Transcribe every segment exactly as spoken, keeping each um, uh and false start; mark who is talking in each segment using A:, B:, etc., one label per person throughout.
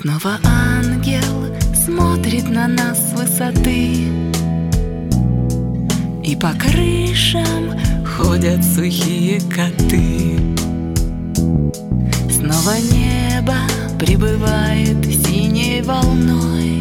A: Снова ангел смотрит на нас с высоты, и по крышам ходят сухие коты. Снова небо прибывает синей волной,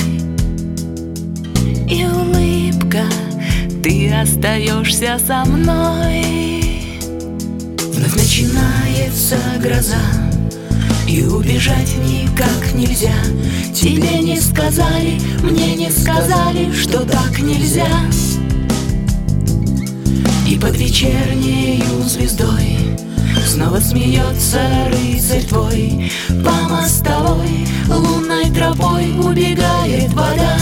A: и улыбка, ты остаешься со мной. Вновь начинается гроза, и убежать никак нельзя. Тебе не сказали, мне не сказали, что так нельзя. И под вечернею звездой снова смеется рыцарь твой. По мостовой лунной тропой убегает вода.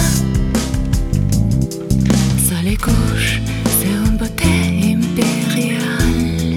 A: Sur les couches, c'est une beauté impériale.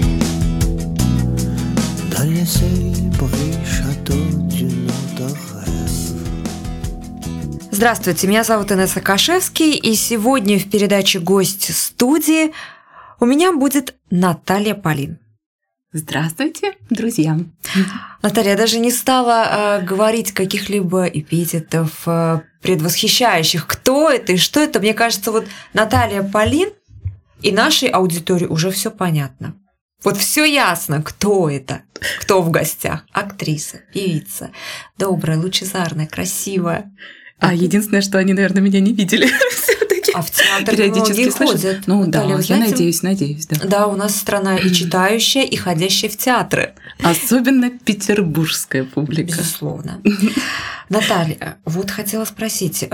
B: Dans les célèbres châteaux du notre rêve.
C: Здравствуйте, меня зовут Инесса Кашевский, и сегодня в передаче «Гость студии» у меня будет Наталья Полин.
A: Здравствуйте, друзья.
C: Наталья, я даже не стала э, говорить каких-либо эпитетов, э, предвосхищающих, кто это и что это. Мне кажется, вот Наталья Полин и нашей аудитории уже все понятно. Вот все ясно, кто это, кто в гостях. Актриса, певица, добрая, лучезарная, красивая.
A: А единственное, что они, наверное, меня не видели.
C: А в театр
A: периодически
C: ходят.
A: Ну
C: Наталья,
A: да, я
C: знаете,
A: надеюсь, надеюсь, да.
C: Да, у нас страна и читающая, и ходящая в театры.
A: Особенно петербургская публика.
C: Безусловно. Наталья, вот хотела спросить.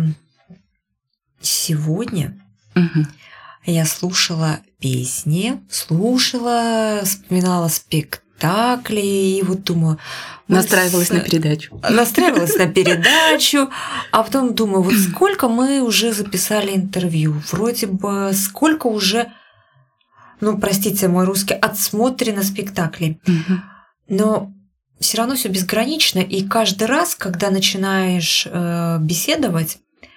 C: Сегодня
A: Угу.
C: я слушала песни, слушала, вспоминала спектакли, и вот думаю... вот
A: Настраивалась
C: с-
A: на передачу.
C: Настраивалась на передачу, а потом думаю, вот сколько мы уже записали интервью, вроде бы сколько уже, ну, простите мой русский, отсмотрено спектаклей,
A: Мгм.
C: но все равно все безгранично, и каждый раз, когда начинаешь э, беседовать,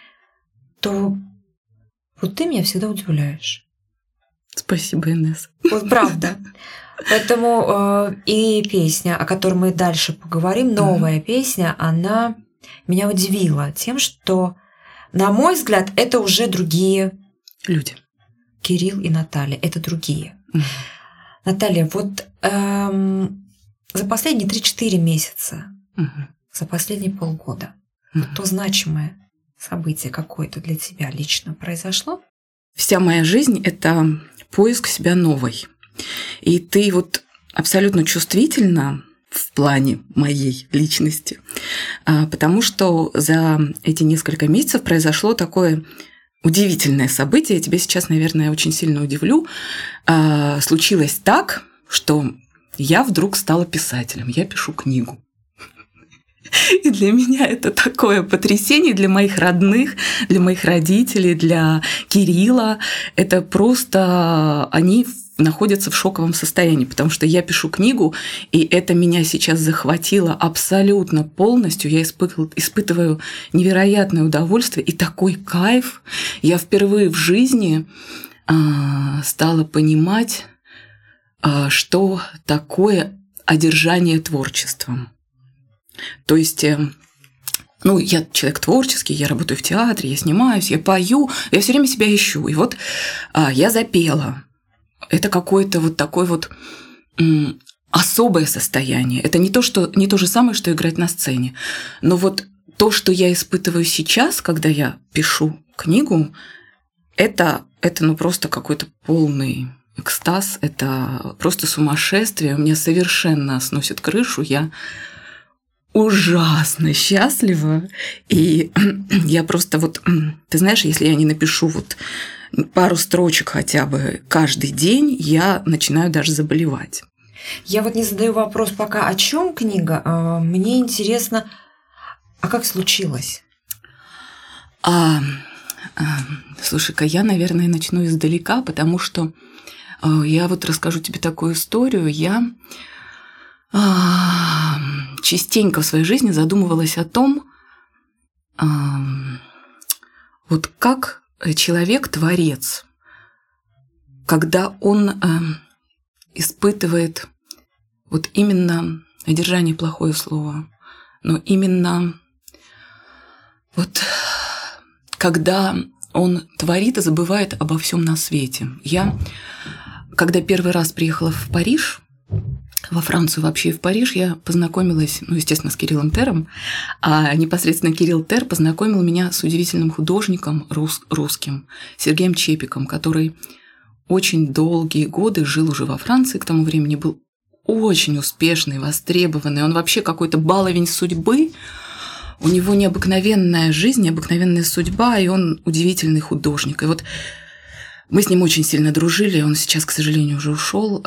C: то вот ты меня всегда удивляешь.
A: Спасибо, Инесса.
C: Вот правда. Поэтому э, и песня, о которой мы дальше поговорим, новая песня, она меня удивила тем, что, на мой взгляд, это уже другие
A: Люди.
C: Кирилл и Наталья, это другие.
A: Мгм.
C: Наталья, вот эм, за последние три-четыре месяца,
A: Мгм.
C: за последние полгода,
A: Мгм.
C: то значимое событие какое-то для тебя лично произошло?
A: Вся моя жизнь – это поиск себя новой. И ты вот абсолютно чувствительна в плане моей личности, а, потому что за эти несколько месяцев произошло такое удивительное событие. Я тебя сейчас, наверное, очень сильно удивлю. А, Случилось так, что я вдруг стала писателем. Я пишу книгу. И для меня это такое потрясение, для моих родных, для моих родителей, для Кирилла. Это просто они находятся в шоковом состоянии, потому что я пишу книгу, и это меня сейчас захватило абсолютно полностью. Я испытываю, испытываю невероятное удовольствие и такой кайф. Я впервые в жизни а, стала понимать, а, что такое одержание творчеством. То есть, э, ну, я человек творческий, я работаю в театре, я снимаюсь, я пою, я все время себя ищу. И вот а, я запела. Это какое-то вот такое вот м, особое состояние. Это не то, что, не то же самое, что играть на сцене. Но вот то, что я испытываю сейчас, когда я пишу книгу, это, это ну, просто какой-то полный экстаз, это просто сумасшествие. У меня совершенно сносит крышу. Я ужасно счастлива. И я просто вот, ты знаешь, если я не напишу вот пару строчек хотя бы каждый день, я начинаю даже заболевать.
C: Я вот не задаю вопрос пока, о чем книга. а, Мне интересно, а как случилось?
A: А, а, слушай-ка, я, наверное, начну издалека, потому что а, я вот расскажу тебе такую историю. Я а, частенько в своей жизни задумывалась о том, а, вот как человек-творец, когда он э, испытывает вот именно одержание — плохое слово, но именно Вот когда он творит и забывает обо всем на свете. Я, когда первый раз приехала в Париж, во Францию вообще и в Париж, я познакомилась, ну, естественно, с Кириллом Тером, а непосредственно Кирилл Тер познакомил меня с удивительным художником рус- русским, Сергеем Чепиком, который очень долгие годы жил уже во Франции, к тому времени был очень успешный, востребованный, он вообще какой-то баловень судьбы, у него необыкновенная жизнь, необыкновенная судьба, и он удивительный художник. И вот мы с ним очень сильно дружили, он сейчас, к сожалению, уже ушел.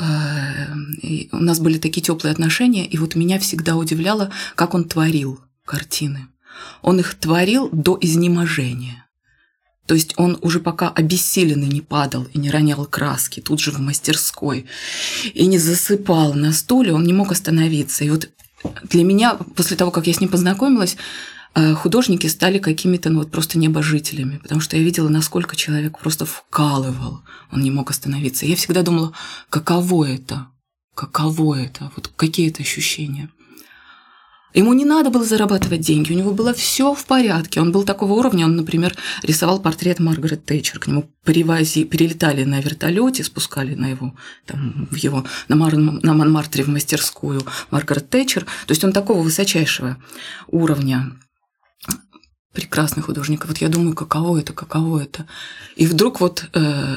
A: У нас были такие теплые отношения, и вот меня всегда удивляло, как он творил картины. Он их творил до изнеможения. То есть он уже пока обессиленный не падал и не ронял краски тут же в мастерской, и не засыпал на стуле, он не мог остановиться. И вот для меня, после того, как я с ним познакомилась, художники стали какими-то, ну вот просто небожителями, потому что я видела, насколько человек просто вкалывал, он не мог остановиться. Я всегда думала, каково это, каково это, вот какие это ощущения. Ему не надо было зарабатывать деньги, у него было все в порядке. Он был такого уровня, он, например, рисовал портрет Маргарет Тэтчер, к нему привози, перелетали на вертолете, спускали на его, там, в его на, Мар, на Монмартре в мастерскую Маргарет Тэтчер. То есть он такого высочайшего уровня. Прекрасный художник. Вот я думаю, каково это, каково это. И вдруг вот, э,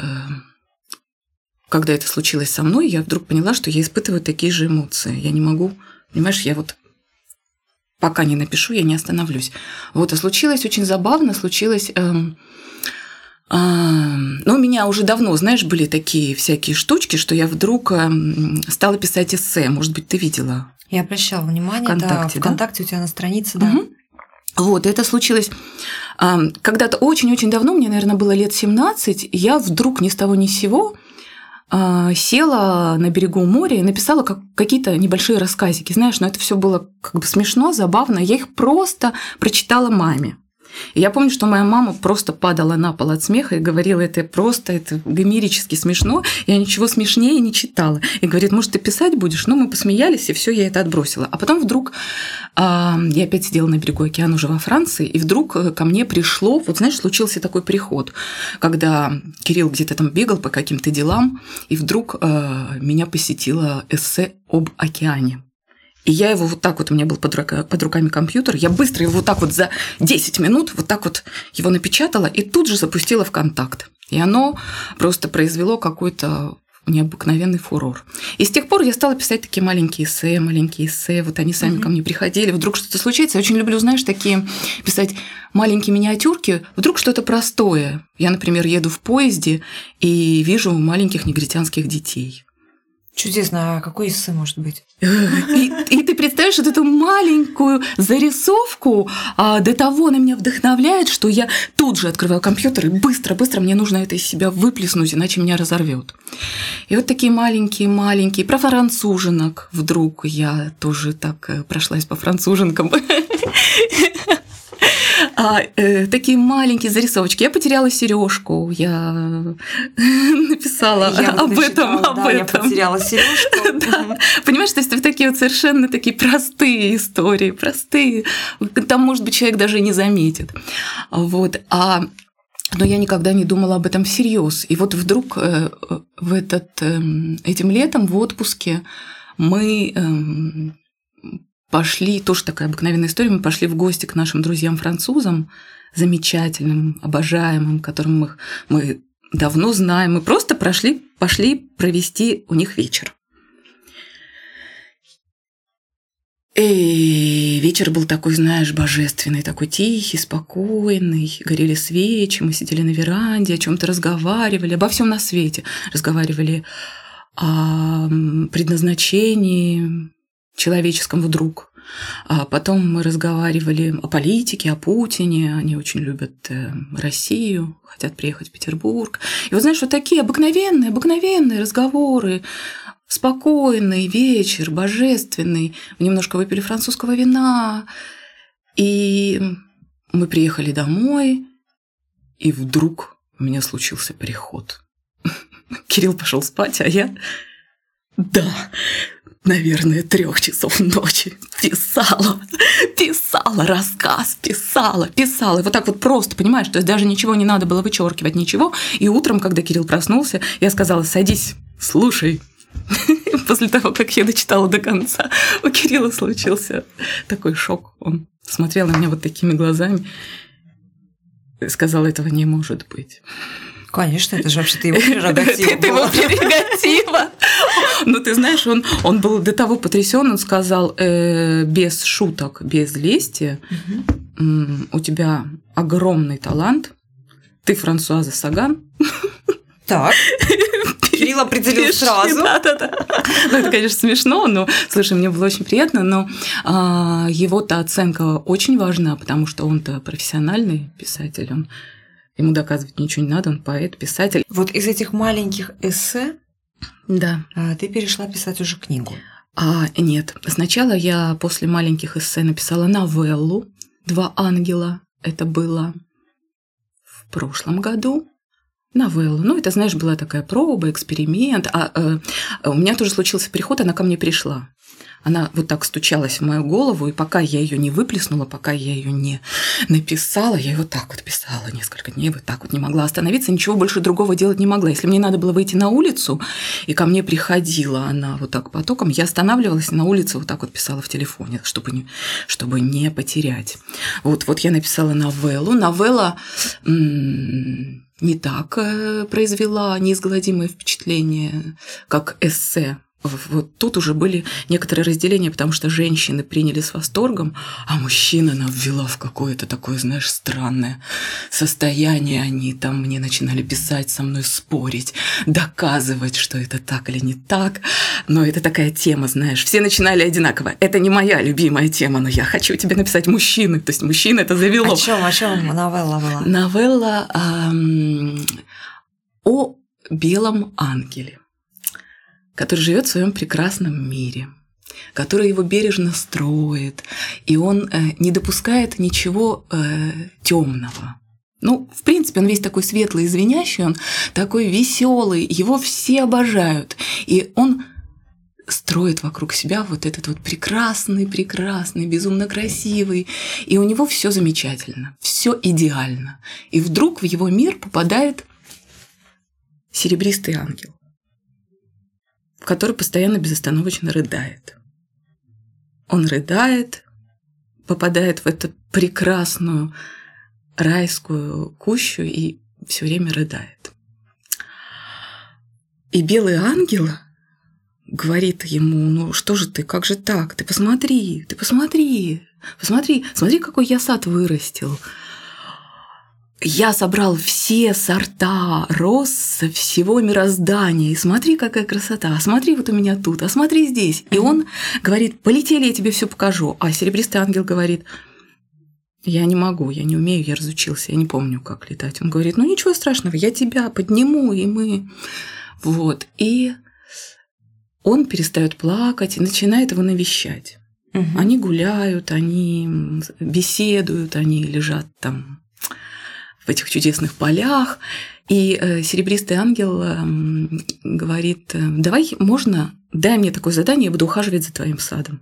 A: когда это случилось со мной, я вдруг поняла, что я испытываю такие же эмоции. Я не могу, понимаешь, я вот пока не напишу, я не остановлюсь. Вот, а случилось очень забавно, случилось... Э, э, ну, у меня уже давно, знаешь, были такие всякие штучки, что я вдруг э, стала писать эссе. Может быть, ты видела?
C: Я обращала внимание,
A: ВКонтакте,
C: да, ВКонтакте
A: да?
C: у тебя на странице, да.
A: Угу. Вот, это случилось когда-то очень-очень давно, мне, наверное, было лет семнадцать, я вдруг ни с того ни с сего села на берегу моря и написала как, какие-то небольшие рассказики. Знаешь, но это все было как бы смешно, забавно. Я их просто прочитала маме. И я помню, что моя мама просто падала на пол от смеха и говорила, это просто, это гомерически смешно, я ничего смешнее не читала. И говорит, может, ты писать будешь? Ну, мы посмеялись, и все, я это отбросила. А потом вдруг а, я опять сидела на берегу океана уже во Франции, и вдруг ко мне пришло, вот знаешь, случился такой приход, когда Кирилл где-то там бегал по каким-то делам, и вдруг а, меня посетило эссе об океане. И я его вот так вот, у меня был под, рука, под руками компьютер, я быстро его вот так вот за десять минут вот так вот его напечатала и тут же запустила в «Контакт». И оно просто произвело какой-то необыкновенный фурор. И с тех пор я стала писать такие маленькие эссе, маленькие эссе, вот они сами mm-hmm. ко мне приходили, вдруг что-то случается. Я очень люблю, знаешь, такие писать маленькие миниатюрки, вдруг что-то простое. Я, например, еду в поезде и вижу маленьких негритянских детей.
C: Чудесно, а какой эссе может быть?
A: И, и ты представляешь вот эту маленькую зарисовку, а, до того она меня вдохновляет, что я тут же открываю компьютер и быстро-быстро мне нужно это из себя выплеснуть, иначе меня разорвет. И вот такие маленькие-маленькие, про француженок вдруг я тоже так прошлась по француженкам. А, э, такие маленькие зарисовочки. Я потеряла сережку, я написала
C: я
A: об
C: вот
A: этом,
C: начитала,
A: об
C: да,
A: этом.
C: Я потеряла сережку.
A: Да. Понимаешь, то есть это такие вот совершенно такие простые истории, простые. Там, может быть, человек даже и не заметит. Вот. А но я никогда не думала об этом всерьез. И вот вдруг в этот, этим летом в отпуске мы пошли, тоже такая обыкновенная история, мы пошли в гости к нашим друзьям-французам, замечательным, обожаемым, которым мы, мы давно знаем. Мы просто прошли, пошли провести у них вечер. И вечер был такой, знаешь, божественный, такой тихий, спокойный, горели свечи, мы сидели на веранде, о чем-то разговаривали, обо всем на свете. Разговаривали о предназначении человеческом вдруг. А потом мы разговаривали о политике, о Путине. Они очень любят Россию, хотят приехать в Петербург. И вот знаешь, вот такие обыкновенные, обыкновенные разговоры, спокойный вечер, божественный. Мы немножко выпили французского вина. И мы приехали домой, и вдруг у меня случился переход. Кирилл пошел спать, а я... Да, наверное, трех часов ночи писала, писала рассказ, писала, писала. И вот так вот просто, понимаешь, то есть даже ничего не надо было вычеркивать, ничего. И утром, когда Кирилл проснулся, я сказала: садись, слушай. После того, как я дочитала до конца, у Кирилла случился такой шок. Он смотрел на меня вот такими глазами и сказал: этого не может быть.
C: Конечно, это же вообще-то его прерогатива.
A: Это его прерогатива. Ну, ты знаешь, он, он был до того потрясен, он сказал, э, без шуток, без лести, угу. у тебя огромный талант, ты Франсуаза Саган.
C: Так. Кирилл определил сразу.
A: Да, да, да. Ну, это, конечно, смешно, но, слушай, мне было очень приятно, но а, его-то оценка очень важна, потому что он-то профессиональный писатель, он, ему доказывать ничего не надо, он поэт, писатель.
C: Вот из этих маленьких эссе
A: да.
C: ты перешла писать уже книгу.
A: А, нет, сначала я после маленьких эссе написала новеллу «Два ангела». Это было в прошлом году. Новеллу. Ну, это, знаешь, была такая проба, эксперимент. А, а, а у меня тоже случился переход, она ко мне пришла. Она вот так стучалась в мою голову, и пока я ее не выплеснула, пока я ее не написала, я ее вот так вот писала несколько дней, вот так вот не могла остановиться, ничего больше другого делать не могла. Если мне надо было выйти на улицу, и ко мне приходила она вот так потоком, я останавливалась и на улице вот так вот писала в телефоне, чтобы не, чтобы не потерять. Вот, вот я написала новеллу. Новелла м- не так произвела неизгладимое впечатление, как эссе. Вот тут уже были некоторые разделения, потому что женщины приняли с восторгом, а мужчин она ввела в какое-то такое, знаешь, странное состояние. Они там мне начинали писать, со мной спорить, доказывать, что это так или не так. Но это такая тема, знаешь, все начинали одинаково. Это не моя любимая тема, но я хочу тебе написать мужчины. То есть мужчина это завело.
C: О чем, о чем новелла была?
A: Новелла эм, о белом ангеле, который живет в своем прекрасном мире, который его бережно строит, и он э, не допускает ничего э, темного. Ну, в принципе, он весь такой светлый и звенящий, он такой веселый, его все обожают, и он строит вокруг себя вот этот вот прекрасный, прекрасный, безумно красивый, и у него все замечательно, все идеально. И вдруг в его мир попадает серебристый ангел, который постоянно безостановочно рыдает. Он рыдает, попадает в эту прекрасную райскую кущу и все время рыдает. И белый ангел говорит ему: ну что же ты, как же так? Ты посмотри, ты посмотри, посмотри, смотри, какой я сад вырастил. Я собрал все сорта роз со всего мироздания. И смотри, какая красота. А смотри вот у меня тут, а смотри здесь. И он говорит: полетели, я тебе все покажу. А серебристый ангел говорит: я не могу, я не умею, я разучился, я не помню, как летать. Он говорит: ну ничего страшного, я тебя подниму, и мы... Вот. И он перестает плакать и начинает его навещать. Угу. Они гуляют, они беседуют, они лежат там в этих чудесных полях. И э, серебристый ангел э, говорит: давай, можно, дай мне такое задание, я буду ухаживать за твоим садом.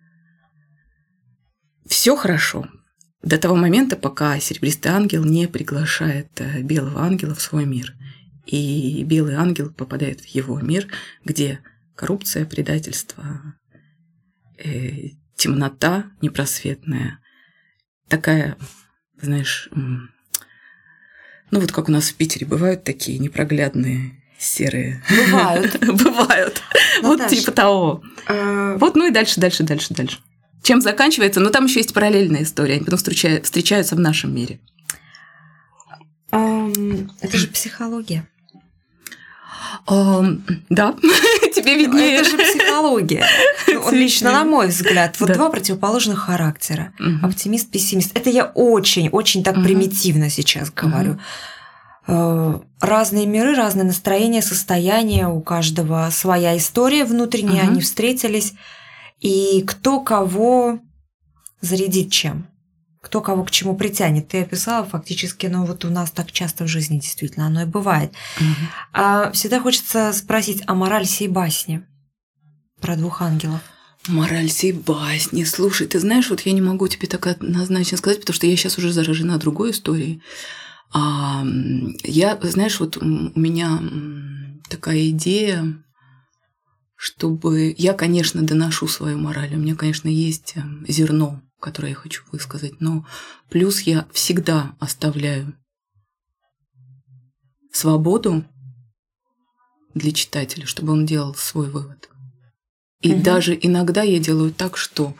A: Все хорошо. До того момента, пока серебристый ангел не приглашает э, белого ангела в свой мир. И белый ангел попадает в его мир, где коррупция, предательство, э, темнота непросветная. Такая, знаешь... Ну, вот как у нас в Питере бывают такие непроглядные серые.
C: Бывают.
A: Бывают. Вот типа того. Вот, ну и дальше, дальше, дальше, дальше. Чем заканчивается? Ну, там еще есть параллельная история. Они потом встречаются в нашем мире.
C: Это же психология.
A: Да, тебе виднее.
C: Это же психология. Лично, на мой взгляд, вот два противоположных характера. Оптимист, пессимист. Это я очень, очень так примитивно сейчас говорю. Разные миры, разные настроения, состояния, у каждого своя история внутренняя, они встретились. И кто кого зарядит чем? Кто кого к чему притянет. Ты описала фактически, ну вот у нас так часто в жизни действительно оно и бывает. Угу. А всегда хочется спросить, а мораль сей басни? про двух ангелов?
A: Мораль сей басни. Слушай, ты знаешь, вот я не могу тебе так однозначно сказать, потому что я сейчас уже заражена другой историей. А я, знаешь, вот у меня такая идея, чтобы... Я, конечно, доношу свою мораль, у меня, конечно, есть зерно, которое я хочу высказать, но плюс я всегда оставляю свободу для читателя, чтобы он делал свой вывод. И угу. даже иногда я делаю так, что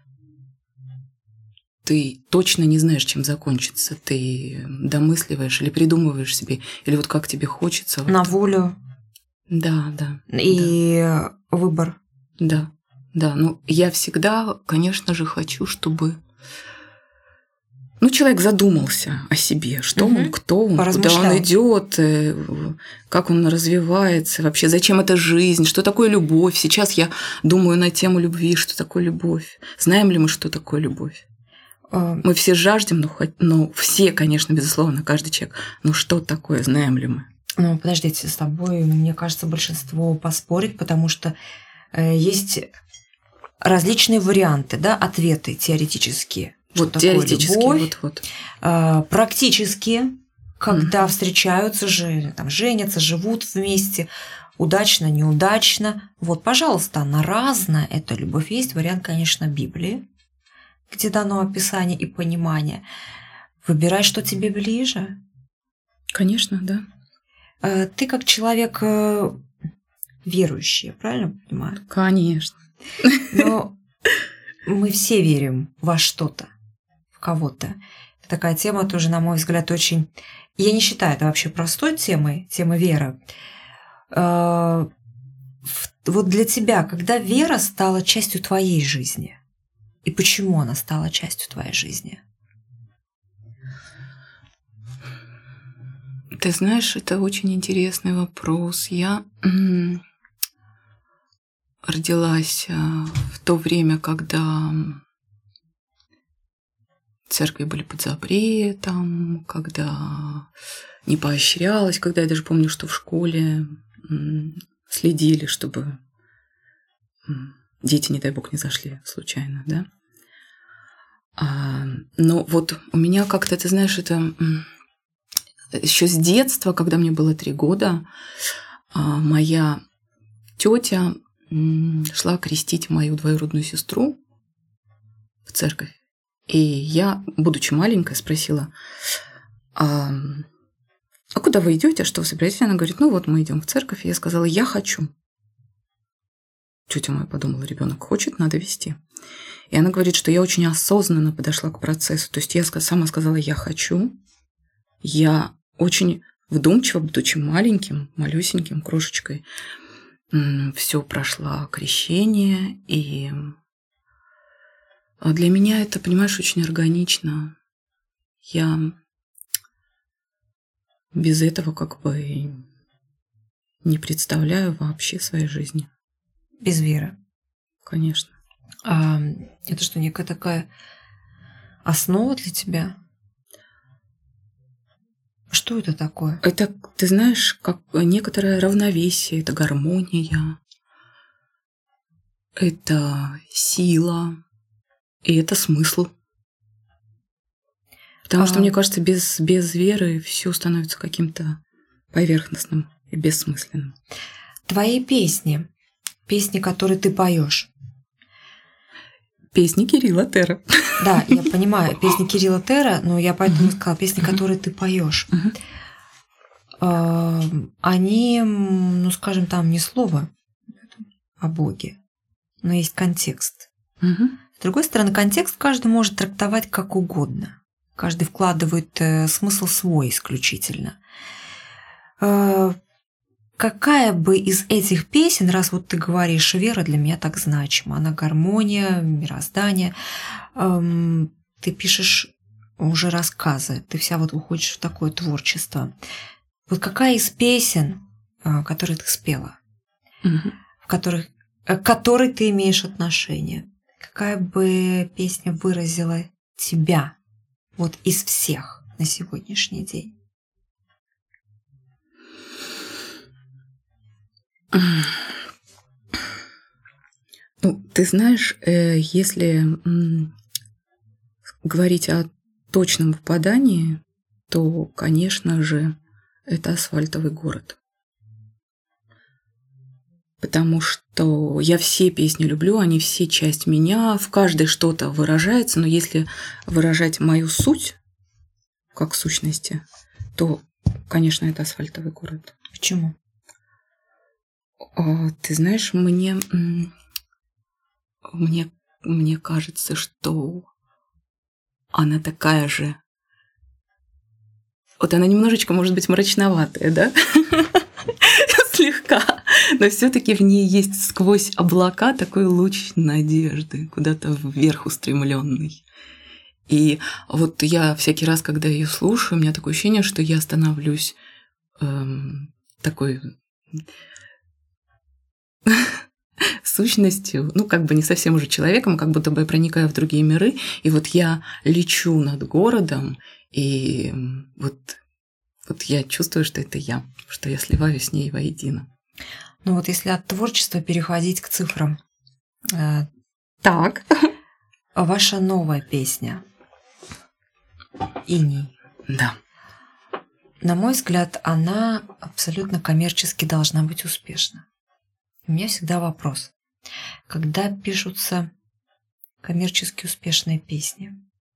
A: ты точно не знаешь, чем закончится. Ты домысливаешь или придумываешь себе, или вот как тебе хочется.
C: На
A: вот.
C: волю.
A: Да, да.
C: И
A: да.
C: выбор.
A: Да, да. Ну, я всегда, конечно же, хочу, чтобы... Ну, человек задумался о себе, что угу. он, кто он, куда он идет, как он развивается, вообще зачем эта жизнь, что такое любовь. Сейчас я думаю на тему любви, что такое любовь. Знаем ли мы, что такое любовь? А... Мы все жаждем, но, хоть, но все, конечно, безусловно, каждый человек. Но что такое, знаем ли мы?
C: Ну, подождите, с тобой, мне кажется, большинство поспорит, потому что есть различные варианты, да, ответы теоретические.
A: Вот теоретически, вот, вот.
C: Практически, когда mm-hmm. встречаются же, там, женятся, живут вместе, удачно, неудачно. Вот, пожалуйста, она разная, эта любовь. Есть вариант, конечно, Библии, где дано описание и понимание. Выбирай, что тебе ближе.
A: Конечно, да.
C: Ты как человек верующий, правильно понимаю?
A: Конечно.
C: Но мы все верим во что-то. Кого-то. Это такая тема тоже, на мой взгляд, очень... Я не считаю это вообще простой темой, темой веры. Вот для тебя, когда вера стала частью твоей жизни, и почему она стала частью твоей жизни?
A: Ты знаешь, это очень интересный вопрос. Я родилась в то время, когда... церкви были под запретом, когда не поощрялось, когда я даже помню, что в школе следили, чтобы дети, не дай бог, не зашли случайно, да. Но вот у меня как-то, ты знаешь, это еще с детства, когда мне было три года, моя тетя шла крестить мою двоюродную сестру в церковь. И я, будучи маленькая, спросила, а, а куда вы идете, что вы собираетесь? Она говорит, ну вот мы идем в церковь. И я сказала, я хочу. Тетя моя подумала, ребенок хочет, надо вести. И она говорит, что я очень осознанно подошла к процессу. То есть я сама сказала, я хочу. Я очень вдумчиво, будучи маленьким, малюсеньким, крошечкой, все прошла крещение, и... А для меня это, понимаешь, очень органично. Я без этого как бы не представляю вообще своей жизни.
C: Без веры?
A: Конечно.
C: А это что, некая такая основа для тебя? Что это такое?
A: Это, ты знаешь, как некоторое равновесие, это гармония, это сила. И это смысл. Потому а... что, мне кажется, без, без веры все становится каким-то поверхностным и бессмысленным.
C: Твои песни, песни, которые ты поешь.
A: Песни Кирилла Тера.
C: Да, я понимаю, песни Кирилла Тера, но я поэтому uh-huh. сказала, песни, uh-huh. которые ты поешь. Uh-huh. Они, ну, скажем, там не слово о Боге, но есть контекст.
A: Uh-huh.
C: С другой стороны, контекст каждый может трактовать как угодно. Каждый вкладывает смысл свой исключительно. Какая бы из этих песен, раз вот ты говоришь, вера для меня так значима, она гармония, мироздание, ты пишешь уже рассказы, ты вся вот уходишь в такое творчество. Вот какая из песен, которые ты спела,
A: угу.
C: в которых, к которой ты имеешь отношение, какая бы песня выразила тебя вот из всех на сегодняшний день?
A: Ну, ты знаешь, если говорить о точном попадании, то, конечно же, это «Асфальтовый город». Потому что я все песни люблю, они все часть меня, в каждой что-то выражается, но если выражать мою суть, как сущности, то, конечно, это «Асфальтовый город».
C: Почему?
A: Ты знаешь, мне, мне, мне кажется, что она такая же. Вот она немножечко, может быть, мрачноватая, да? Слегка. Но все-таки в ней есть сквозь облака такой луч надежды, куда-то вверх устремленный. И вот я всякий раз, когда ее слушаю, у меня такое ощущение, что я становлюсь эм, такой сущностью, ну, как бы не совсем уже человеком, как будто бы я проникаю в другие миры, и вот я лечу над городом, и вот, вот я чувствую, что это я, что я сливаюсь с ней воедино.
C: Ну вот если от творчества переходить к цифрам. Э,
A: так.
C: Ваша новая песня «Иней».
A: Да.
C: На мой взгляд, она абсолютно коммерчески должна быть успешна. У меня всегда вопрос. Когда пишутся коммерчески успешные песни,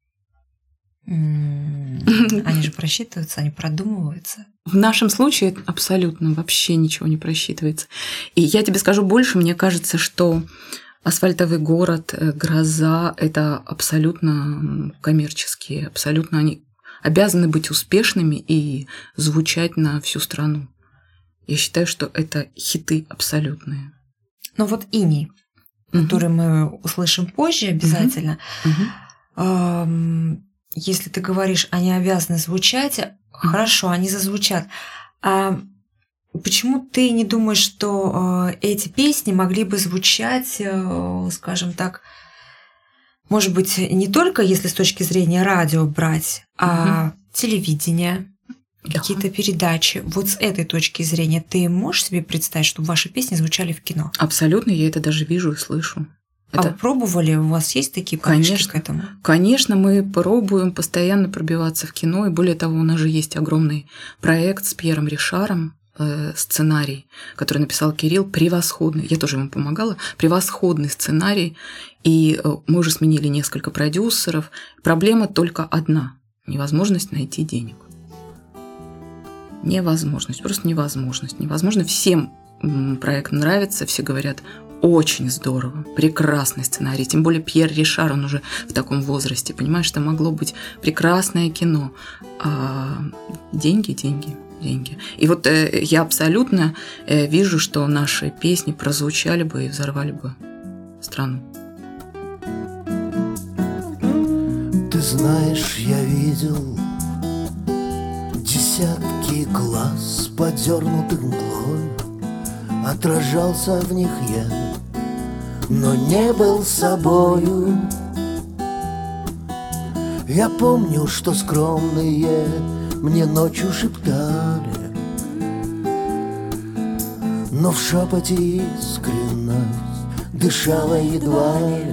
C: они же просчитываются, они продумываются.
A: В нашем случае абсолютно вообще ничего не просчитывается. И я тебе скажу больше, мне кажется, что «Асфальтовый город», «Гроза» — это абсолютно коммерческие, абсолютно они обязаны быть успешными и звучать на всю страну. Я считаю, что это хиты абсолютные.
C: Но вот «Иней», угу. который мы услышим позже обязательно, угу. Угу. Если ты говоришь, они обязаны звучать, mm-hmm. хорошо, они зазвучат. А почему ты не думаешь, что э, эти песни могли бы звучать, э, скажем так, может быть, не только если с точки зрения радио брать, а mm-hmm. телевидение, да. какие-то передачи. Вот с этой точки зрения ты можешь себе представить, чтобы ваши песни звучали в кино?
A: Абсолютно, я это даже вижу и слышу.
C: А
A: это...
C: вы пробовали? У вас есть такие подвижки к этому?
A: Конечно, мы пробуем постоянно пробиваться в кино. И более того, у нас же есть огромный проект с Пьером Ришаром, э, сценарий, который написал Кирилл, превосходный. Я тоже ему помогала. Превосходный сценарий. И мы уже сменили несколько продюсеров. Проблема только одна – невозможность найти денег. Невозможность, просто невозможность. Невозможно. Всем проект нравится, все говорят – очень здорово, прекрасный сценарий. Тем более Пьер Ришар, он уже в таком возрасте, понимаешь, что могло быть прекрасное кино. А деньги, деньги, деньги. И вот э, я абсолютно э, вижу, что наши песни прозвучали бы и взорвали бы страну.
B: Ты знаешь, я видел десятки глаз, подернутых мглой. Отражался в них я, но не был собою. Я помню, что скромные мне ночью шептали, но в шепоте искренность дышала едва ли.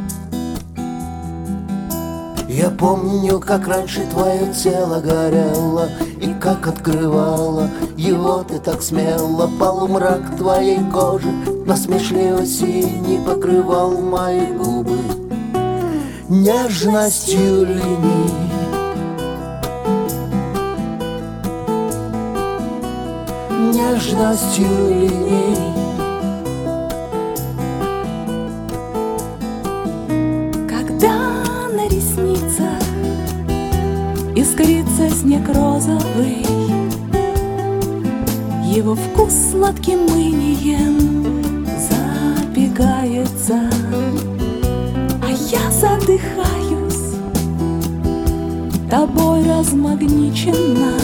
B: Я помню, как раньше твое тело горело, и как открывала его ты так смело. Полумрак твоей кожи насмешливо синий покрывал мои губы нежностью линий. Нежностью линий.
D: Искрится снег розовый, его вкус сладким инием запекается, а я задыхаюсь, тобой размагничена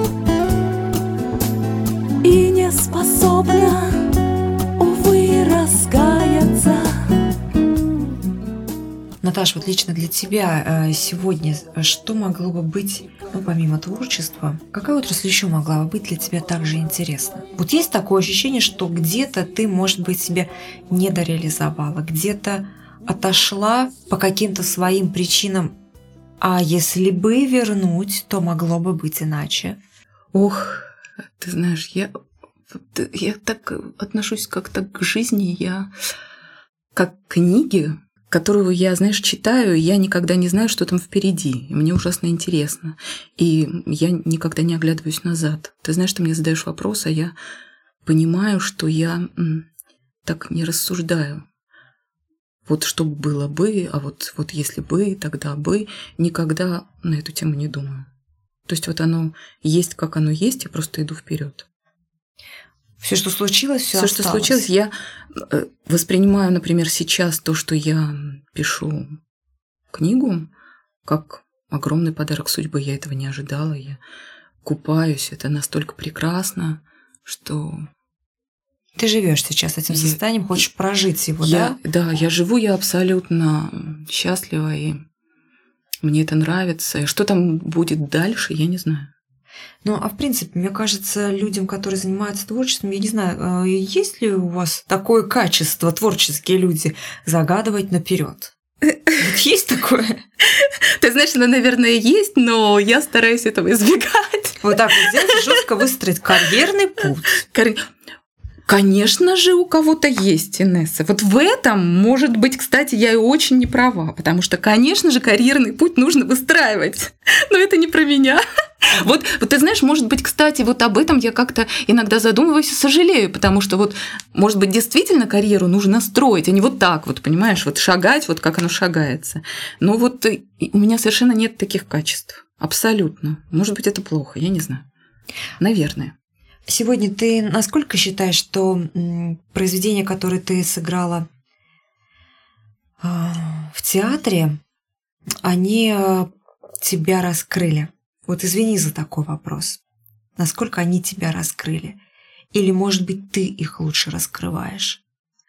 D: и не способна, увы, раскаяться.
C: Наташа, вот лично для тебя сегодня что могло бы быть, ну, помимо творчества, какая отрасль еще могла бы быть для тебя также интересна? Вот есть такое ощущение, что где-то ты, может быть, себя недореализовала, где-то отошла по каким-то своим причинам, а если бы вернуть, то могло бы быть иначе?
A: Ох, ты знаешь, я, я так отношусь как-то к жизни, я как к книге, которую я, знаешь, читаю, я никогда не знаю, что там впереди. И мне ужасно интересно. И я никогда не оглядываюсь назад. Ты знаешь, ты мне задаешь вопрос, а я понимаю, что я м, так не рассуждаю. Вот что было бы, а вот, вот если бы, тогда бы. Никогда на эту тему не думаю. То есть вот оно есть, как оно есть, я просто иду вперед.
C: Все, что случилось, все
A: Все, что случилось, я воспринимаю, например, сейчас то, что я пишу книгу, как огромный подарок судьбы. Я этого не ожидала. Я купаюсь. Это настолько прекрасно, что...
C: Ты живешь сейчас этим я... состоянием, хочешь прожить его,
A: я...
C: да?
A: Да, я живу, я абсолютно счастлива, и мне это нравится. И что там будет дальше, я не знаю.
C: Ну, а в принципе, мне кажется, людям, которые занимаются творчеством, я не знаю, есть ли у вас такое качество, творческие люди, загадывать наперед? Вот есть такое?
A: Ты знаешь, оно, наверное, есть, но я стараюсь этого избегать.
C: Вот так вот взять, жестко выстроить карьерный путь.
A: Кар... Конечно же, у кого-то есть, Инесса. Вот в этом, может быть, кстати, я и очень не права, потому что, конечно же, карьерный путь нужно выстраивать, но это не про меня. Вот, вот ты знаешь, может быть, кстати, вот об этом я как-то иногда задумываюсь и сожалею, потому что вот, может быть, действительно карьеру нужно строить, а не вот так вот, понимаешь, вот шагать, вот как оно шагается. Но вот у меня совершенно нет таких качеств, абсолютно. Может быть, это плохо, я не знаю. Наверное.
C: Сегодня ты насколько считаешь, что произведения, которые ты сыграла в театре, они тебя раскрыли? Вот извини за такой вопрос. Насколько они тебя раскрыли? Или, может быть, ты их лучше раскрываешь?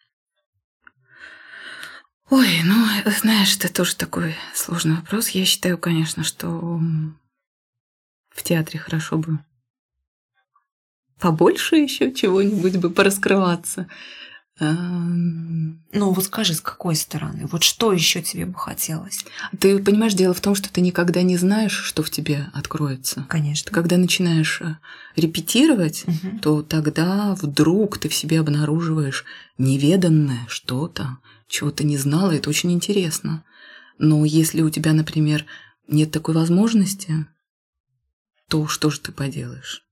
A: Ой, ну, знаешь, это тоже такой сложный вопрос. Я считаю, конечно, что в театре хорошо бы побольше еще чего-нибудь бы пораскрываться.
C: Ну, вот скажи, с какой стороны? Вот что еще тебе бы хотелось?
A: Ты понимаешь, дело в том, что ты никогда не знаешь, что в тебе откроется.
C: Конечно.
A: Когда начинаешь репетировать,
C: угу.
A: то тогда вдруг ты в себе обнаруживаешь неведанное что-то, чего ты не знала, это очень интересно. Но если у тебя, например, нет такой возможности, то что же ты поделаешь?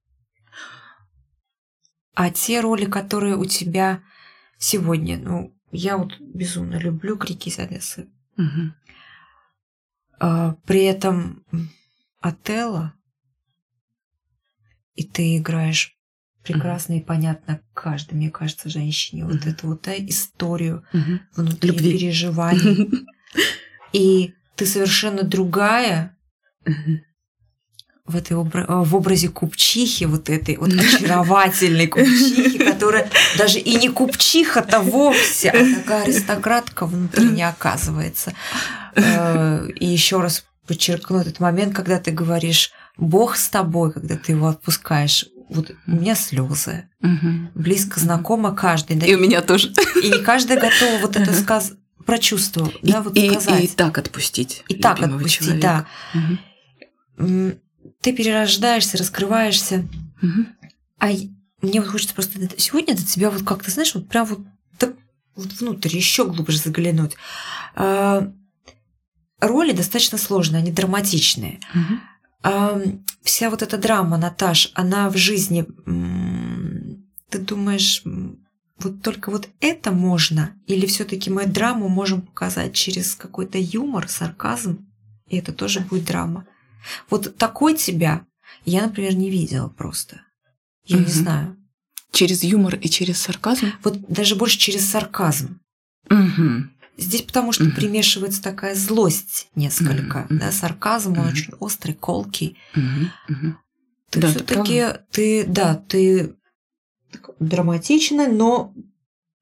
C: А те роли, которые у тебя сегодня, ну, я вот безумно люблю «Крики из Одессы».
A: Угу.
C: А, при этом Отелло, и ты играешь прекрасно угу. и понятно каждой, мне кажется, женщине угу. вот эту вот да, историю
A: угу.
C: внутри
A: Любви.
C: Переживаний. И ты совершенно другая. В, этой обра- в образе купчихи, вот этой вот очаровательной купчихи, которая даже и не купчиха-то вовсе, а такая аристократка внутри не оказывается. И еще раз подчеркну этот момент, когда ты говоришь «Бог с тобой», когда ты его отпускаешь. Вот у меня слезы. Близко знакомо каждый. Да?
A: И у меня тоже.
C: И не каждая готова вот это сказать, прочувствовать,
A: и,
C: да, вот
A: и,
C: сказать.
A: И, и так отпустить.
C: И так отпустить, человека. Да.
A: Угу.
C: Ты перерождаешься, раскрываешься.
A: Угу.
C: А мне вот хочется просто сегодня до тебя вот как-то, знаешь, вот прям вот, так, вот внутрь еще глубже заглянуть. А, роли достаточно сложные, они драматичные.
A: Угу.
C: А, вся вот эта драма, Наташ, она в жизни, ты думаешь, вот только вот это можно? Или все-таки мы драму можем показать через какой-то юмор, сарказм, и это тоже будет драма? Вот такой тебя я, например, не видела просто. Я угу. не знаю.
A: Через юмор и через сарказм?
C: Вот даже больше через сарказм.
A: Угу.
C: Здесь потому что угу. примешивается такая злость несколько. Угу. Да, сарказм, он угу. очень острый, колкий.
A: Угу. Угу.
C: Ты да, все-таки, ты, да, ты драматична, но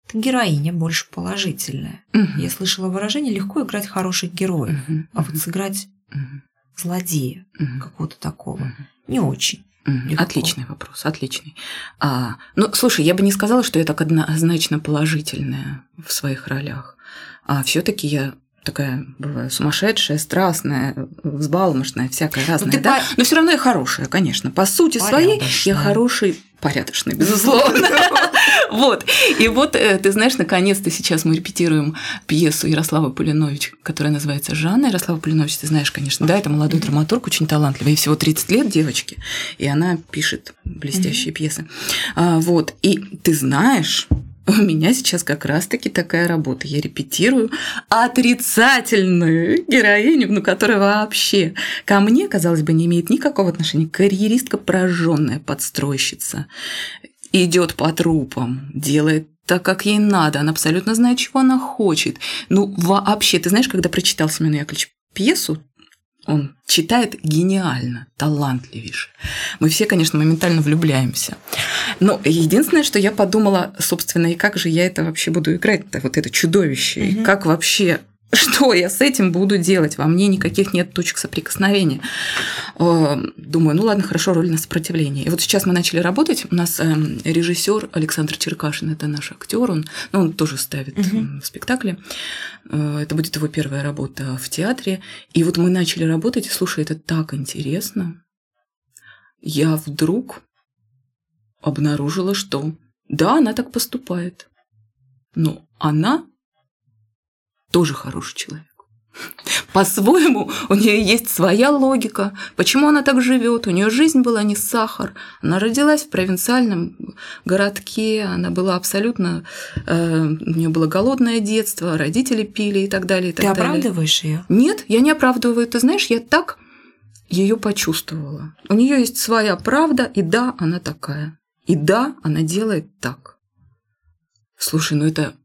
C: героиня больше положительная.
A: Мгм.
C: Я слышала выражение «легко играть хороших героев»,
A: Мгм.
C: а вот сыграть
A: Мгм.
C: злодея
A: Мгм.
C: какого-то такого
A: Мгм.
C: не очень.
A: Мгм.
C: Легко.
A: Отличный вопрос, отличный. А, ну, слушай, я бы не сказала, что я так однозначно положительная в своих ролях. А все-таки я такая бываю сумасшедшая, страстная, взбалмошная, всякая разная,
C: ты
A: да?
C: по-
A: Но все равно я хорошая, конечно. По сути своей
C: Порядочная.
A: я хороший, порядочный, безусловно. Вот. И вот, э, ты знаешь, наконец-то сейчас мы репетируем пьесу Ярослава Полинович, которая называется «Жанна». Ярослава Полинович, ты знаешь, конечно, да, это молодой драматург, очень талантливый. Ей всего тридцать лет девочке, и она пишет блестящие пьесы. А, вот. И ты знаешь, у меня сейчас как раз-таки такая работа. Я репетирую отрицательную героиню, ну, которая вообще ко мне, казалось бы, не имеет никакого отношения. Карьеристка прожженная подстройщица. Идет по трупам, делает так, как ей надо. Она абсолютно знает, чего она хочет. Ну, вообще, ты знаешь, когда прочитал Семен Яковлевич пьесу, он читает гениально, талантливейше. Мы все, конечно, моментально влюбляемся. Но единственное, что я подумала, собственно, и как же я это вообще буду играть-то, вот это чудовище, mm-hmm. и как вообще, что я с этим буду делать? Во мне никаких нет точек соприкосновения. Думаю, ну ладно, хорошо, роль на сопротивление. И вот сейчас мы начали работать. У нас режиссер Александр Черкашин, это наш актер, он, ну, он тоже ставит mm-hmm. спектакли. Это будет его первая работа в театре. И вот мы начали работать, и, слушай, это так интересно. Я вдруг обнаружила, что да, она так поступает, но она тоже хороший человек. По-своему, у нее есть своя логика, почему она так живет. У нее жизнь была не сахар. Она родилась в провинциальном городке, она была абсолютно... Э, у нее было голодное детство, родители пили и так далее. И так
C: Ты
A: далее.
C: оправдываешь ее?
A: Нет, я не оправдываю. Ты знаешь, я так ее почувствовала. У нее есть своя правда, и да, она такая. И да, она делает так. Слушай, ну это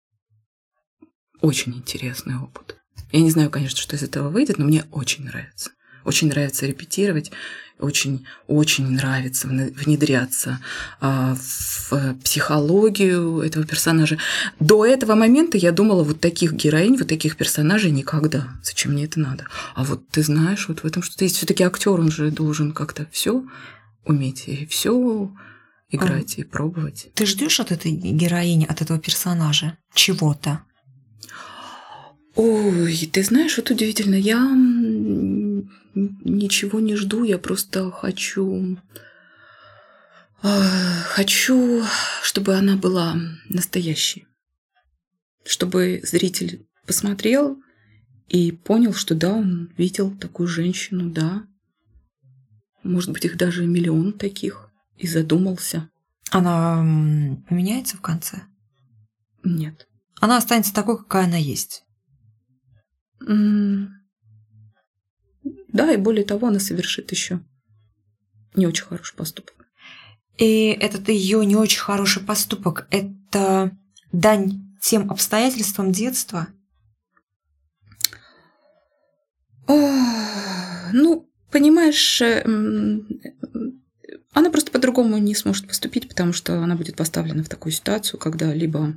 A: очень интересный опыт. Я не знаю, конечно, что из этого выйдет, но мне очень нравится. Очень нравится репетировать, очень, очень нравится внедряться в психологию этого персонажа. До этого момента я думала, вот таких героинь, вот таких персонажей никогда. Зачем мне это надо? А вот ты знаешь, вот в этом что-то есть. Все-таки актер, он же должен как-то все уметь и все играть, а и пробовать.
C: Ты ждешь от этой героини, от этого персонажа чего-то?
A: Ой, ты знаешь, вот удивительно, я ничего не жду, я просто хочу, хочу, чтобы она была настоящей, чтобы зритель посмотрел и понял, что да, он видел такую женщину, да, может быть, их даже миллион таких, и задумался.
C: Она поменяется в конце?
A: Нет.
C: Она останется такой, какая она есть?
A: Да, и более того, она совершит еще не очень хороший поступок.
C: И этот ее не очень хороший поступок – это дань тем обстоятельствам детства?
A: Ну, понимаешь, она просто по-другому не сможет поступить, потому что она будет поставлена в такую ситуацию, когда либо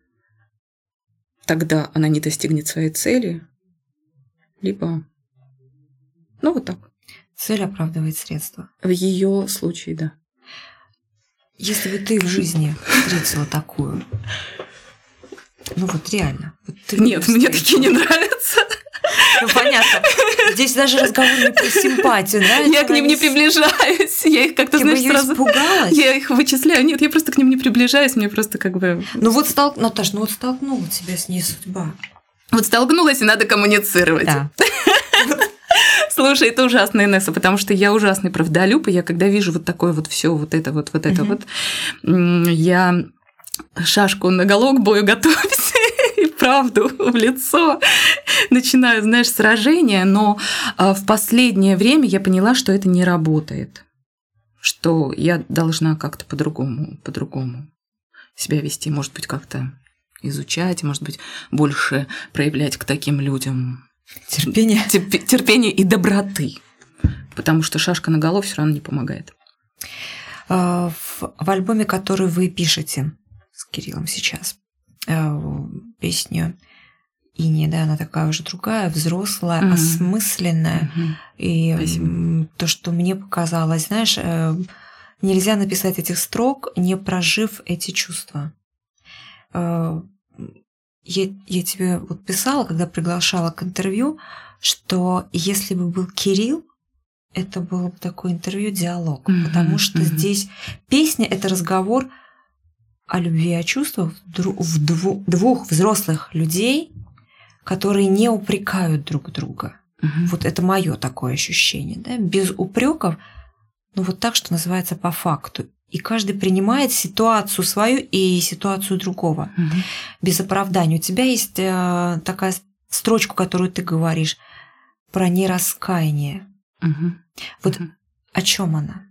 A: тогда она не достигнет своей цели, либо, ну, вот так.
C: Цель оправдывает средства.
A: В ее случае, да.
C: Если бы ты в жизни встретила такую, ну вот реально. Вот ты
A: Нет, мне такие не нравятся.
C: Ну, понятно. Здесь даже разговор не про симпатию, да?
A: Я к ним не приближаюсь. Я их как-то,
C: ты
A: знаешь,
C: бы
A: сразу...
C: испугалась?
A: Я их вычисляю. Нет, я просто к ним не приближаюсь. Мне просто как бы...
C: Ну вот столк... Наташ, ну вот столкнула тебя с ней судьба.
A: Вот столкнулась, и надо коммуницировать.
C: Да.
A: Слушай, это ужасно, Инесса, потому что я ужасный правдолюб, и я когда вижу вот такое вот все, вот это вот, вот это вот, я шашку на голову к бою готовлюсь, и правду в лицо начинаю, знаешь, сражение, но в последнее время я поняла, что это не работает, что я должна как-то по-другому, по-другому себя вести, может быть, как-то изучать, может быть, больше проявлять к таким людям
C: терпение,
A: терпение и доброты, потому что шашка на голову все равно не помогает.
C: В, в альбоме, который вы пишете с Кириллом сейчас, э, песню «Ини», да, она такая уже другая, взрослая, mm-hmm. осмысленная. Mm-hmm. И Спасибо. То, что мне показалось, знаешь, э, нельзя написать этих строк, не прожив эти чувства. Э, я, я тебе вот писала, когда приглашала к интервью, что если бы был Кирилл, это было бы такое интервью-диалог, mm-hmm. потому что mm-hmm. здесь песня – это разговор о любви, о чувствах в дву- двух взрослых людей, которые не упрекают друг друга. Угу. Вот это мое такое ощущение, да? Без упреков, ну вот так, что называется, по факту. И каждый принимает ситуацию свою и ситуацию другого. Угу. Без оправдания. У тебя есть э, такая строчка, которую ты говоришь, про нераскаяние. Угу. Вот угу. о чем она?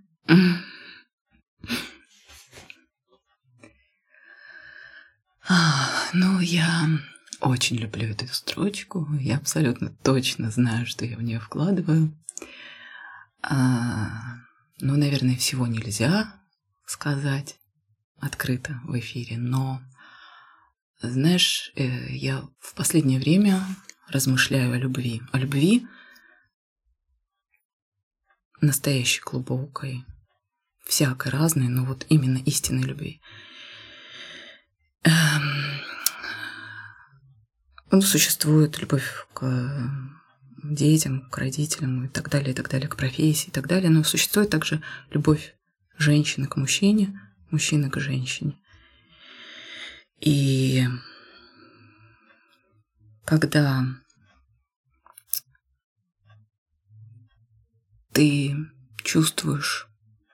A: Ну, я очень люблю эту строчку. Я абсолютно точно знаю, что я в нее вкладываю. А, ну, наверное, всего нельзя сказать открыто в эфире, но, знаешь, я в последнее время размышляю о любви. О любви настоящей, глубокой, всякой разной, но вот именно истинной любви. Ну, существует любовь к детям, к родителям и так далее, и так далее, к профессии и так далее, но существует также любовь женщины к мужчине, мужчины к женщине. И когда ты чувствуешь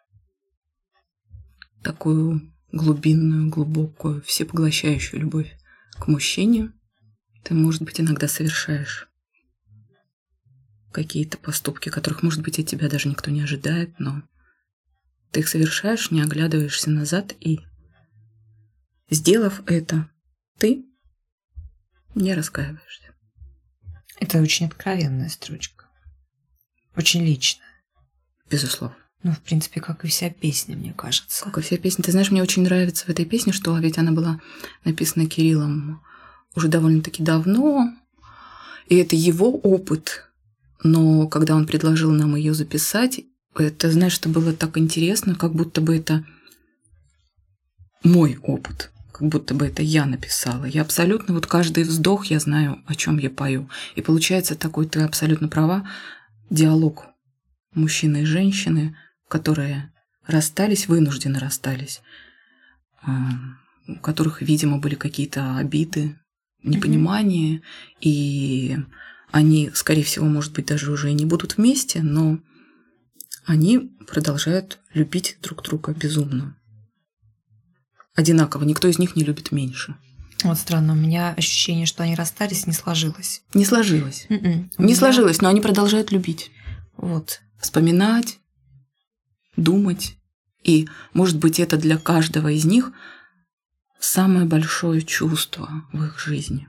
A: такую глубинную, глубокую, всепоглощающую любовь к мужчине, ты, может быть, иногда совершаешь какие-то поступки, которых, может быть, от тебя даже никто не ожидает, но ты их совершаешь, не оглядываешься назад, и, сделав это, ты не раскаиваешься.
C: Это очень откровенная строчка. Очень личная.
A: Безусловно.
C: Ну, в принципе, как и вся песня, мне кажется.
A: Как и вся песня. Ты знаешь, мне очень нравится в этой песне, что ведь она была написана Кириллом уже довольно-таки давно, и это его опыт. Но когда он предложил нам ее записать, это, знаешь, что было так интересно, как будто бы это мой опыт, как будто бы это я написала. Я абсолютно, вот каждый вздох я знаю, о чем я пою. И получается такой, ты абсолютно права, диалог мужчины и женщины, которые расстались, вынужденно расстались, у которых, видимо, были какие-то обиды, непонимание, mm-hmm. и они, скорее всего, может быть, даже уже и не будут вместе, но они продолжают любить друг друга безумно. Одинаково. Никто из них не любит меньше.
C: Вот странно, у меня ощущение, что они расстались, не сложилось.
A: Не сложилось.
C: Mm-mm.
A: Не
C: меня...
A: сложилось, но они продолжают любить.
C: Вот.
A: Вспоминать, думать. И, может быть, это для каждого из них самое большое чувство в их жизни.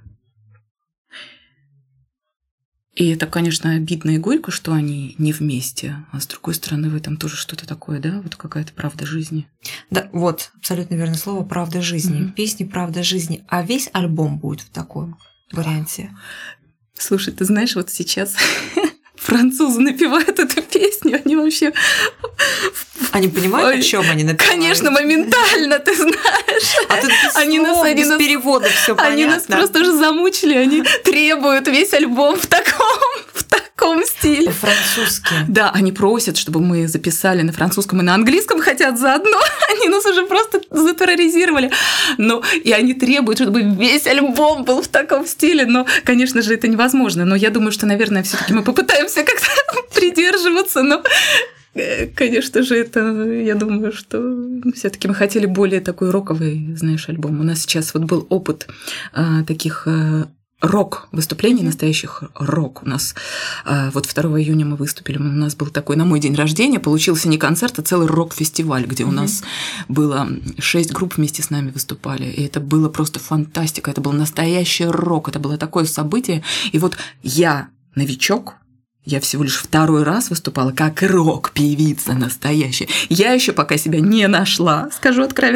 A: И это, конечно, обидно и горько, что они не вместе, а с другой стороны, в этом тоже что-то такое, да, вот какая-то правда жизни.
C: Да, вот, абсолютно верное слово, правда жизни. Mm-hmm. Песни «Правда жизни». А весь альбом будет в таком варианте?
A: Слушай, ты знаешь, вот сейчас французы напевают эту песню, они вообще...
C: Они понимают, о чем они напевают?
A: Конечно, моментально, ты знаешь.
C: А тут без
A: они
C: слов,
A: нас, они
C: без
A: нас,
C: перевода все понятно.
A: Они нас просто уже замучили, они требуют весь альбом в таком, в таком стиле.
C: По-французски.
A: Да, они просят, чтобы мы записали на французском и на английском, хотят заодно. Они нас уже просто затерроризировали. Ну, и они требуют, чтобы весь альбом был в таком стиле. Но, конечно же, это невозможно. Но я думаю, что, наверное, все-таки мы попытаемся как-то придерживаться, но... Конечно же, это, я думаю, что все-таки мы хотели более такой роковый, знаешь, альбом. У нас сейчас вот был опыт а, таких а, рок-выступлений, настоящих рок. У нас а, вот второго июня мы выступили, у нас был такой, на мой день рождения, получился не концерт, а целый рок-фестиваль, где у mm-hmm. нас было шесть групп вместе с нами выступали. И это было просто фантастика, это был настоящий рок, это было такое событие. И вот я, новичок, я всего лишь второй раз выступала как рок-певица настоящая. Я еще пока себя не нашла, скажу откровенно.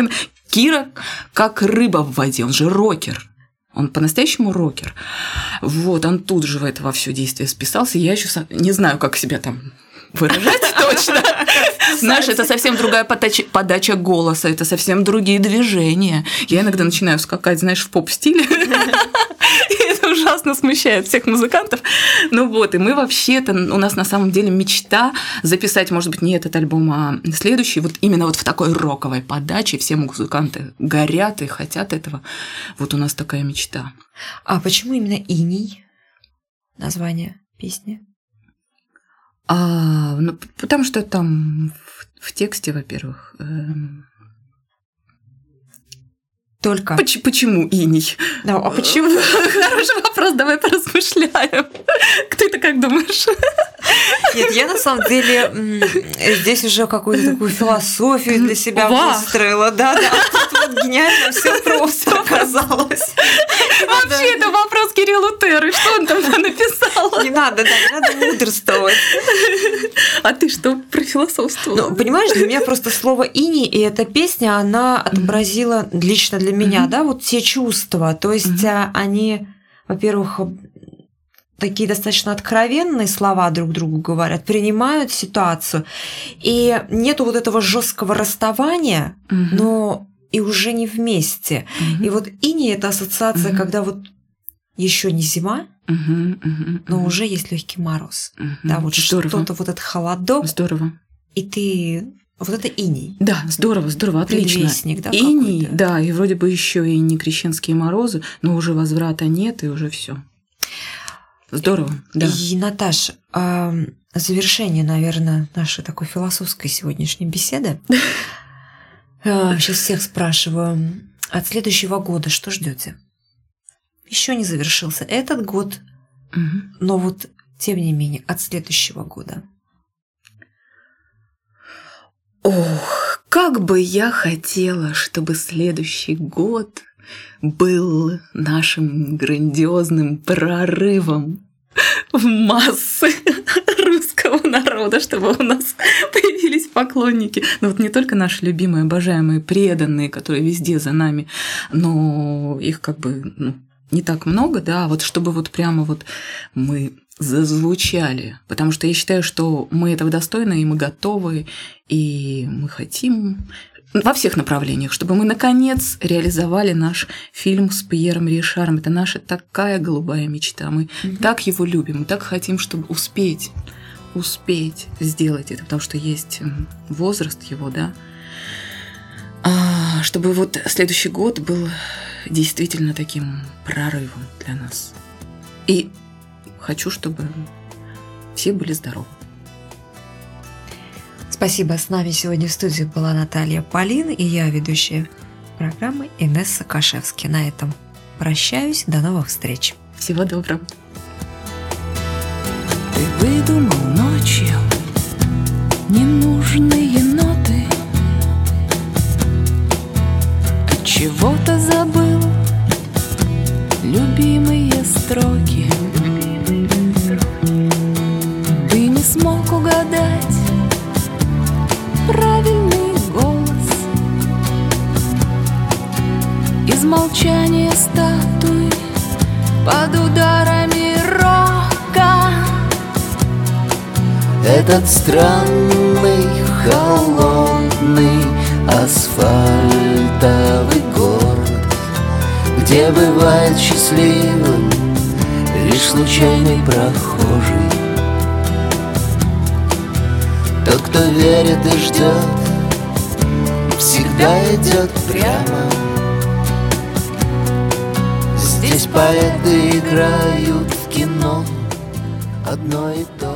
A: Кира как рыба в воде, он же рокер. Он по-настоящему рокер. Вот, он тут же в это во все действие списался. Я еще не знаю, как себя там выражать точно. Знаешь, это совсем другая подача, подача голоса, это совсем другие движения. Я иногда начинаю скакать, знаешь, в поп-стиле. И это ужасно смущает всех музыкантов. Ну вот, и мы вообще-то, у нас на самом деле мечта записать, может быть, не этот альбом, а следующий, вот именно вот в такой роковой подаче. Все музыканты горят и хотят этого. Вот у нас такая мечта.
C: А почему именно «Иней» название песни?
A: А, ну, потому что там в, в тексте, во-первых... Эм...
C: Только.
A: Поч- почему иней?
C: Да, а почему?
A: Хороший вопрос, давай поразмышляем. Кто это, как думаешь?
C: Нет, я на самом деле здесь уже какую-то такую философию для себя выстроила. Да, да. Тут вот гениально все просто оказалось.
A: Вообще, это вопрос Кириллу Терры. Что он там написал?
C: Не надо, да, не надо мудрствовать.
A: А ты что профилософствовала?
C: Ну, понимаешь, для меня просто слово «иней» и эта песня, она отобразила лично для меня, да, вот те чувства. То есть они, во-первых, такие достаточно откровенные слова друг другу говорят, принимают ситуацию, и нету вот этого жесткого расставания, mm-hmm. но и уже не вместе. Mm-hmm. И вот иней — это ассоциация, mm-hmm. когда вот еще не зима, mm-hmm. Mm-hmm. но уже есть легкий мороз. Mm-hmm. Да, вот здорово. Что-то, вот этот холодок.
A: Здорово.
C: И ты... Вот это иней.
A: Да, здорово, здорово, отлично.
C: Да,
A: иней, да, и вроде бы еще и не крещенские морозы, но уже возврата нет, и уже все. Здорово, да.
C: И, Наташ, завершение, наверное, нашей такой философской сегодняшней беседы. Сейчас всех спрашиваю, от следующего года что ждете? Еще не завершился этот год, угу. но вот тем не менее от следующего года.
A: Ох, как бы я хотела, чтобы следующий год был нашим грандиозным прорывом в массы русского народа, чтобы у нас появились поклонники. Но вот не только наши любимые, обожаемые, преданные, которые везде за нами, но их как бы ну, не так много, да, а вот чтобы вот прямо вот мы зазвучали, потому что я считаю, что мы этого достойны, и мы готовы, и мы хотим во всех направлениях, чтобы мы наконец реализовали наш фильм с Пьером Ришаром. Это наша такая голубая мечта. Мы mm-hmm. так его любим, мы так хотим, чтобы успеть, успеть сделать это, потому что есть возраст его, да, а, чтобы вот следующий год был действительно таким прорывом для нас. И хочу, чтобы все были здоровы.
C: Спасибо. С нами сегодня в студии была Наталья Полин и я, ведущая программы Инесса Кашевски. На этом прощаюсь. До новых встреч.
A: Всего доброго.
D: Ты выдумал ночью ненужные ноты, от чего-то забыл любимые строки. Ты не смог угадать правильный голос. Из молчания статуи под ударами рока.
B: Этот странный, холодный асфальтовый город, где бывает счастливым лишь случайный прохожий. Тот, кто верит и ждет, всегда идет прямо. Здесь поэты играют в кино одно и то.